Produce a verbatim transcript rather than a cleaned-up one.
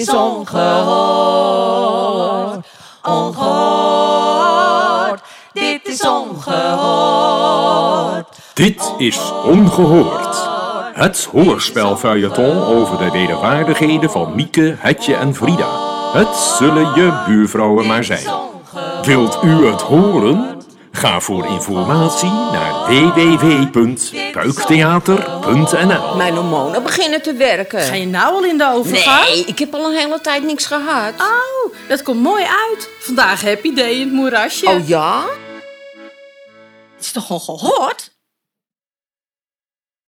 is ongehoord. Ongehoord. Dit is ongehoord. Dit is Ongehoord. Het hoorspelfeuilleton over de wederwaardigheden van Mieke, Hetje en Frida. Het zullen je buurvrouwen maar zijn. Wilt u het horen? Ga voor informatie naar w w w punt buiktheater punt n l. Mijn hormonen beginnen te werken. Ga je nou al in de overgang? Nee, ik heb al een hele tijd niks gehad. Oh, dat komt mooi uit. Vandaag happy day in het moerasje. Oh ja? Het is toch ongehoord?